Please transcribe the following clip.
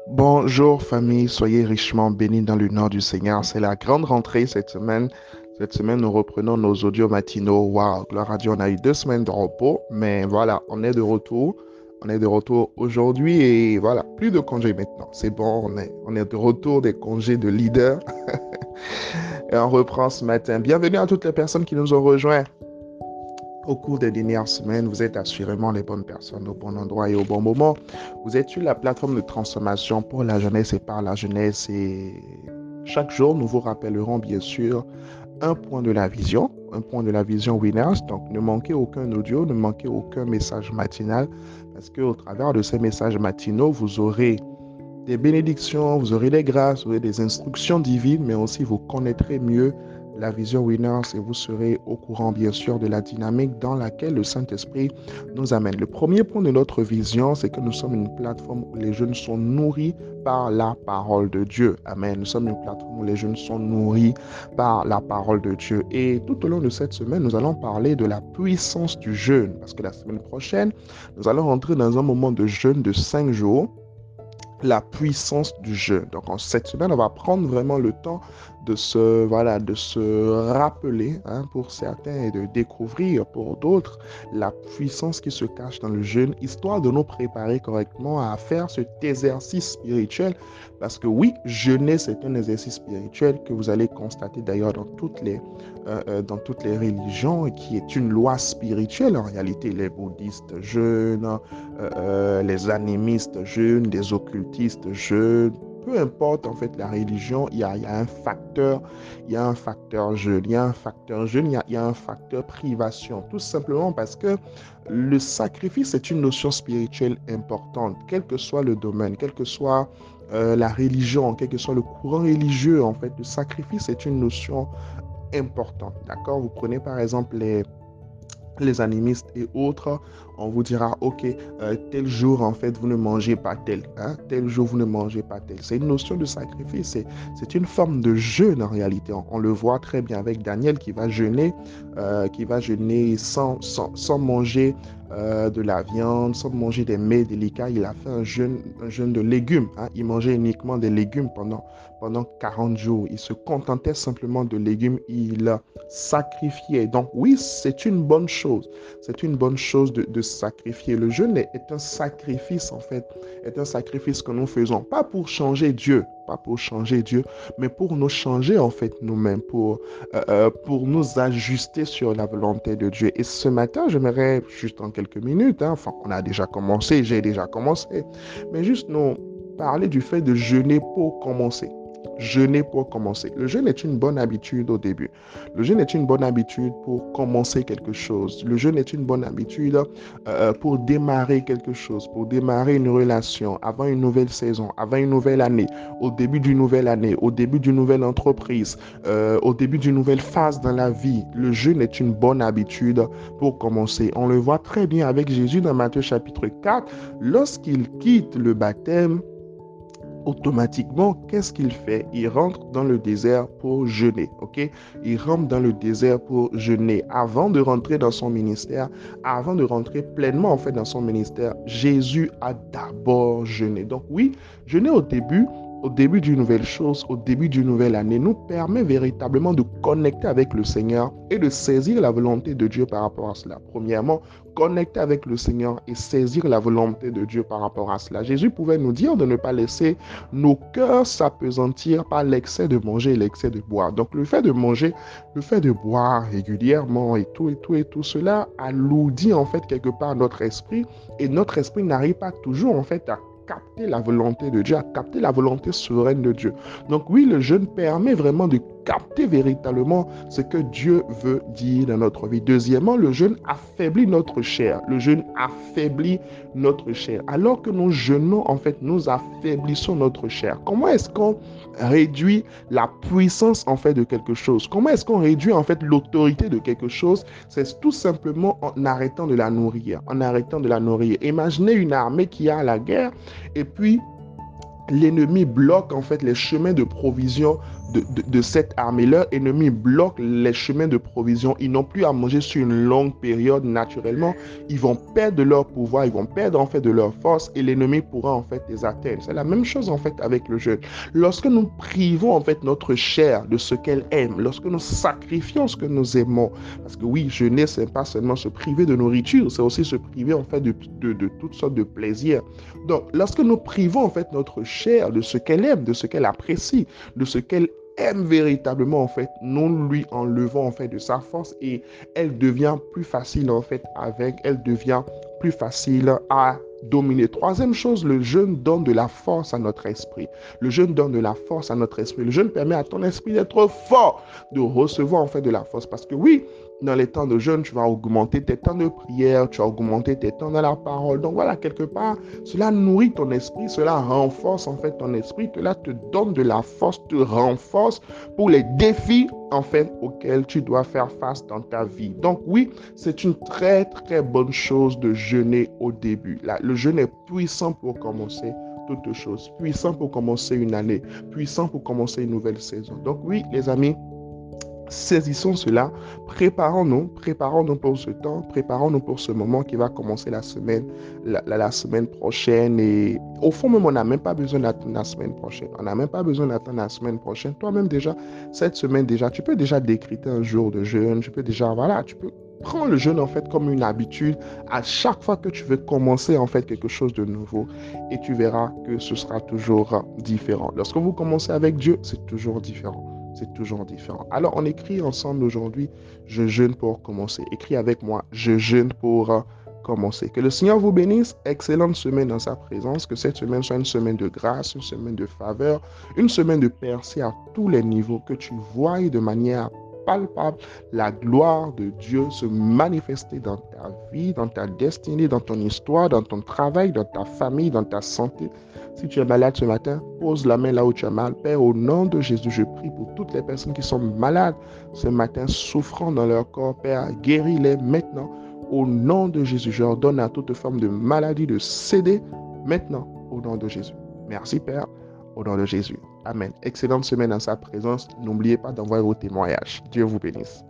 Bonjour famille, soyez richement bénis dans le nom du Seigneur. C'est la grande rentrée cette semaine. Cette semaine, nous reprenons nos audios matinaux. Waouh, gloire à Dieu, on a eu 2 semaines de repos, mais voilà, on est de retour. On est de retour aujourd'hui et voilà, plus de congés maintenant. C'est bon, on est de retour des congés de leader et on reprend ce matin. Bienvenue à toutes les personnes qui nous ont rejoints. Au cours des dernières semaines, vous êtes assurément les bonnes personnes au bon endroit et au bon moment. Vous êtes sur la plateforme de transformation pour la jeunesse et par la jeunesse. Et chaque jour, nous vous rappellerons bien sûr un point de la vision Winners. Donc, ne manquez aucun audio, ne manquez aucun message matinal, parce qu'au travers de ces messages matinaux, vous aurez des bénédictions, vous aurez des grâces, vous aurez des instructions divines, mais aussi vous connaîtrez mieux la vision Winners et vous serez au courant, bien sûr, de la dynamique dans laquelle le Saint-Esprit nous amène. Le premier point de notre vision, c'est que nous sommes une plateforme où les jeunes sont nourris par la parole de Dieu. Amen. Nous sommes une plateforme où les jeunes sont nourris par la parole de Dieu. Et tout au long de cette semaine, nous allons parler de la puissance du jeûne, parce que la semaine prochaine, nous allons rentrer dans un moment de jeûne de 5 jours, la puissance du jeûne. Donc, en cette semaine, on va prendre vraiment le temps de se rappeler, pour certains et de découvrir pour d'autres la puissance qui se cache dans le jeûne, histoire de nous préparer correctement à faire cet exercice spirituel. Parce que oui, jeûner, c'est un exercice spirituel que vous allez constater d'ailleurs dans toutes les religions et qui est une loi spirituelle en réalité. Les bouddhistes jeûnent, les animistes jeûnent, les occultistes jeûnent, peu importe en fait la religion, il y a un facteur, il y a un facteur jeûne, il y a un facteur jeûne, il y a un facteur privation, tout simplement parce que le sacrifice est une notion spirituelle importante, quel que soit le domaine, quel que soit la religion, quel que soit le courant religieux, en fait, le sacrifice est une notion importante, d'accord? Vous prenez par exemple les animistes et autres, on vous dira, OK, tel jour, en fait, vous ne mangez pas tel, tel jour, vous ne mangez pas tel. C'est une notion de sacrifice, c'est une forme de jeûne en réalité. On le voit très bien avec Daniel qui va jeûner sans manger de la viande, sans manger des mets délicats. Il a fait un jeûne de légumes. Il mangeait uniquement des légumes pendant 40 jours. Il se contentait simplement de légumes. Il sacrifiait. Donc oui, c'est une bonne chose. C'est une bonne chose de sacrifier. Le jeûne est un sacrifice, en fait, est un sacrifice que nous faisons, pas pour changer Dieu, pas pour changer Dieu, mais pour nous changer, en fait, nous-mêmes, pour nous ajuster sur la volonté de Dieu. Et ce matin, j'aimerais, juste en quelques minutes, enfin, on a déjà commencé, j'ai déjà commencé, mais juste nous parler du fait de jeûner pour commencer. Jeûner pour commencer. Le jeûne est une bonne habitude au début. Le jeûne est une bonne habitude pour commencer quelque chose. Le jeûne est une bonne habitude pour démarrer quelque chose, pour démarrer une relation, avant une nouvelle saison, avant une nouvelle année, au début d'une nouvelle année, au début d'une nouvelle entreprise, au début d'une nouvelle phase dans la vie. Le jeûne est une bonne habitude pour commencer. On le voit très bien avec Jésus dans Matthieu chapitre 4. Lorsqu'il quitte le baptême, automatiquement, qu'est-ce qu'il fait? Il rentre dans le désert pour jeûner, ok? Il rentre dans le désert pour jeûner. Avant de rentrer dans son ministère, avant de rentrer pleinement en fait dans son ministère, Jésus a d'abord jeûné. Donc oui, jeûner au début d'une nouvelle chose, au début d'une nouvelle année, nous permet véritablement de connecter avec le Seigneur et de saisir la volonté de Dieu par rapport à cela. Premièrement, connecter avec le Seigneur et saisir la volonté de Dieu par rapport à cela. Jésus pouvait nous dire de ne pas laisser nos cœurs s'appesantir par l'excès de manger et l'excès de boire. Donc le fait de manger, le fait de boire régulièrement et tout cela alourdit en fait quelque part notre esprit et notre esprit n'arrive pas toujours en fait à capter la volonté de Dieu, à capter la volonté souveraine de Dieu. Donc oui, le jeûne permet vraiment de capter véritablement ce que Dieu veut dire dans notre vie. Deuxièmement, le jeûne affaiblit notre chair. Le jeûne affaiblit notre chair. Alors que nous jeûnons, en fait, nous affaiblissons notre chair. Comment est-ce qu'on réduit la puissance, en fait, de quelque chose? Comment est-ce qu'on réduit, en fait, l'autorité de quelque chose? C'est tout simplement en arrêtant de la nourrir. En arrêtant de la nourrir. Imaginez une armée qui a la guerre et puis l'ennemi bloque en fait les chemins de provision de cette armée. Leur ennemi bloque les chemins de provision. Ils n'ont plus à manger sur une longue période naturellement. Ils vont perdre leur pouvoir, ils vont perdre en fait de leur force et l'ennemi pourra en fait les atteindre. C'est la même chose en fait avec le jeûne. Lorsque nous privons en fait notre chair de ce qu'elle aime, lorsque nous sacrifions ce que nous aimons, parce que oui, jeûner, c'est pas seulement se priver de nourriture, c'est aussi se priver en fait de toutes sortes de plaisirs. Donc, lorsque nous privons en fait notre chair de ce qu'elle aime, de ce qu'elle apprécie, de ce qu'elle aime véritablement en fait, nous lui enlevons en fait de sa force et elle devient plus facile en fait avec, elle devient plus facile à dominer. Troisième chose, le jeûne donne de la force à notre esprit. Le jeûne donne de la force à notre esprit. Le jeûne permet à ton esprit d'être fort, de recevoir en fait de la force. Parce que oui, dans les temps de jeûne, tu vas augmenter tes temps de prière, tu vas augmenter tes temps dans la parole. Donc voilà, quelque part, cela nourrit ton esprit, cela renforce en fait ton esprit, cela te donne de la force, te renforce pour les défis en fait auxquels tu dois faire face dans ta vie. Donc oui, c'est une très très bonne chose de jeûner au début. Le jeûne est puissant pour commencer toutes choses, puissant pour commencer une année, puissant pour commencer une nouvelle saison. Donc oui, les amis, saisissons cela, préparons-nous pour ce temps, préparons-nous pour ce moment qui va commencer la semaine prochaine. Et au fond, même, on n'a même pas besoin d'attendre la semaine prochaine. On n'a même pas besoin d'attendre la semaine prochaine. Toi-même, déjà, cette semaine, déjà, tu peux déjà décréter un jour de jeûne. Tu peux déjà, voilà, tu peux prendre le jeûne, en fait, comme une habitude à chaque fois que tu veux commencer, en fait, quelque chose de nouveau. Et tu verras que ce sera toujours différent. Lorsque vous commencez avec Dieu, c'est toujours différent. C'est toujours différent. Alors, on écrit ensemble aujourd'hui, je jeûne pour commencer. Écris avec moi, je jeûne pour commencer. Que le Seigneur vous bénisse. Excellente semaine dans sa présence. Que cette semaine soit une semaine de grâce, une semaine de faveur, une semaine de percée à tous les niveaux. Que tu voies de manière palpable la gloire de Dieu se manifester dans ta vie, dans ta destinée, dans ton histoire, dans ton travail, dans ta famille, dans ta santé. Si tu es malade ce matin, pose la main là où tu as mal. Père, au nom de Jésus, je prie pour toutes les personnes qui sont malades ce matin, souffrant dans leur corps. Père, guéris-les maintenant. Au nom de Jésus, je ordonne à toute forme de maladie de céder maintenant au nom de Jésus. Merci Père, au nom de Jésus. Amen. Excellente semaine dans sa présence. N'oubliez pas d'envoyer vos témoignages. Dieu vous bénisse.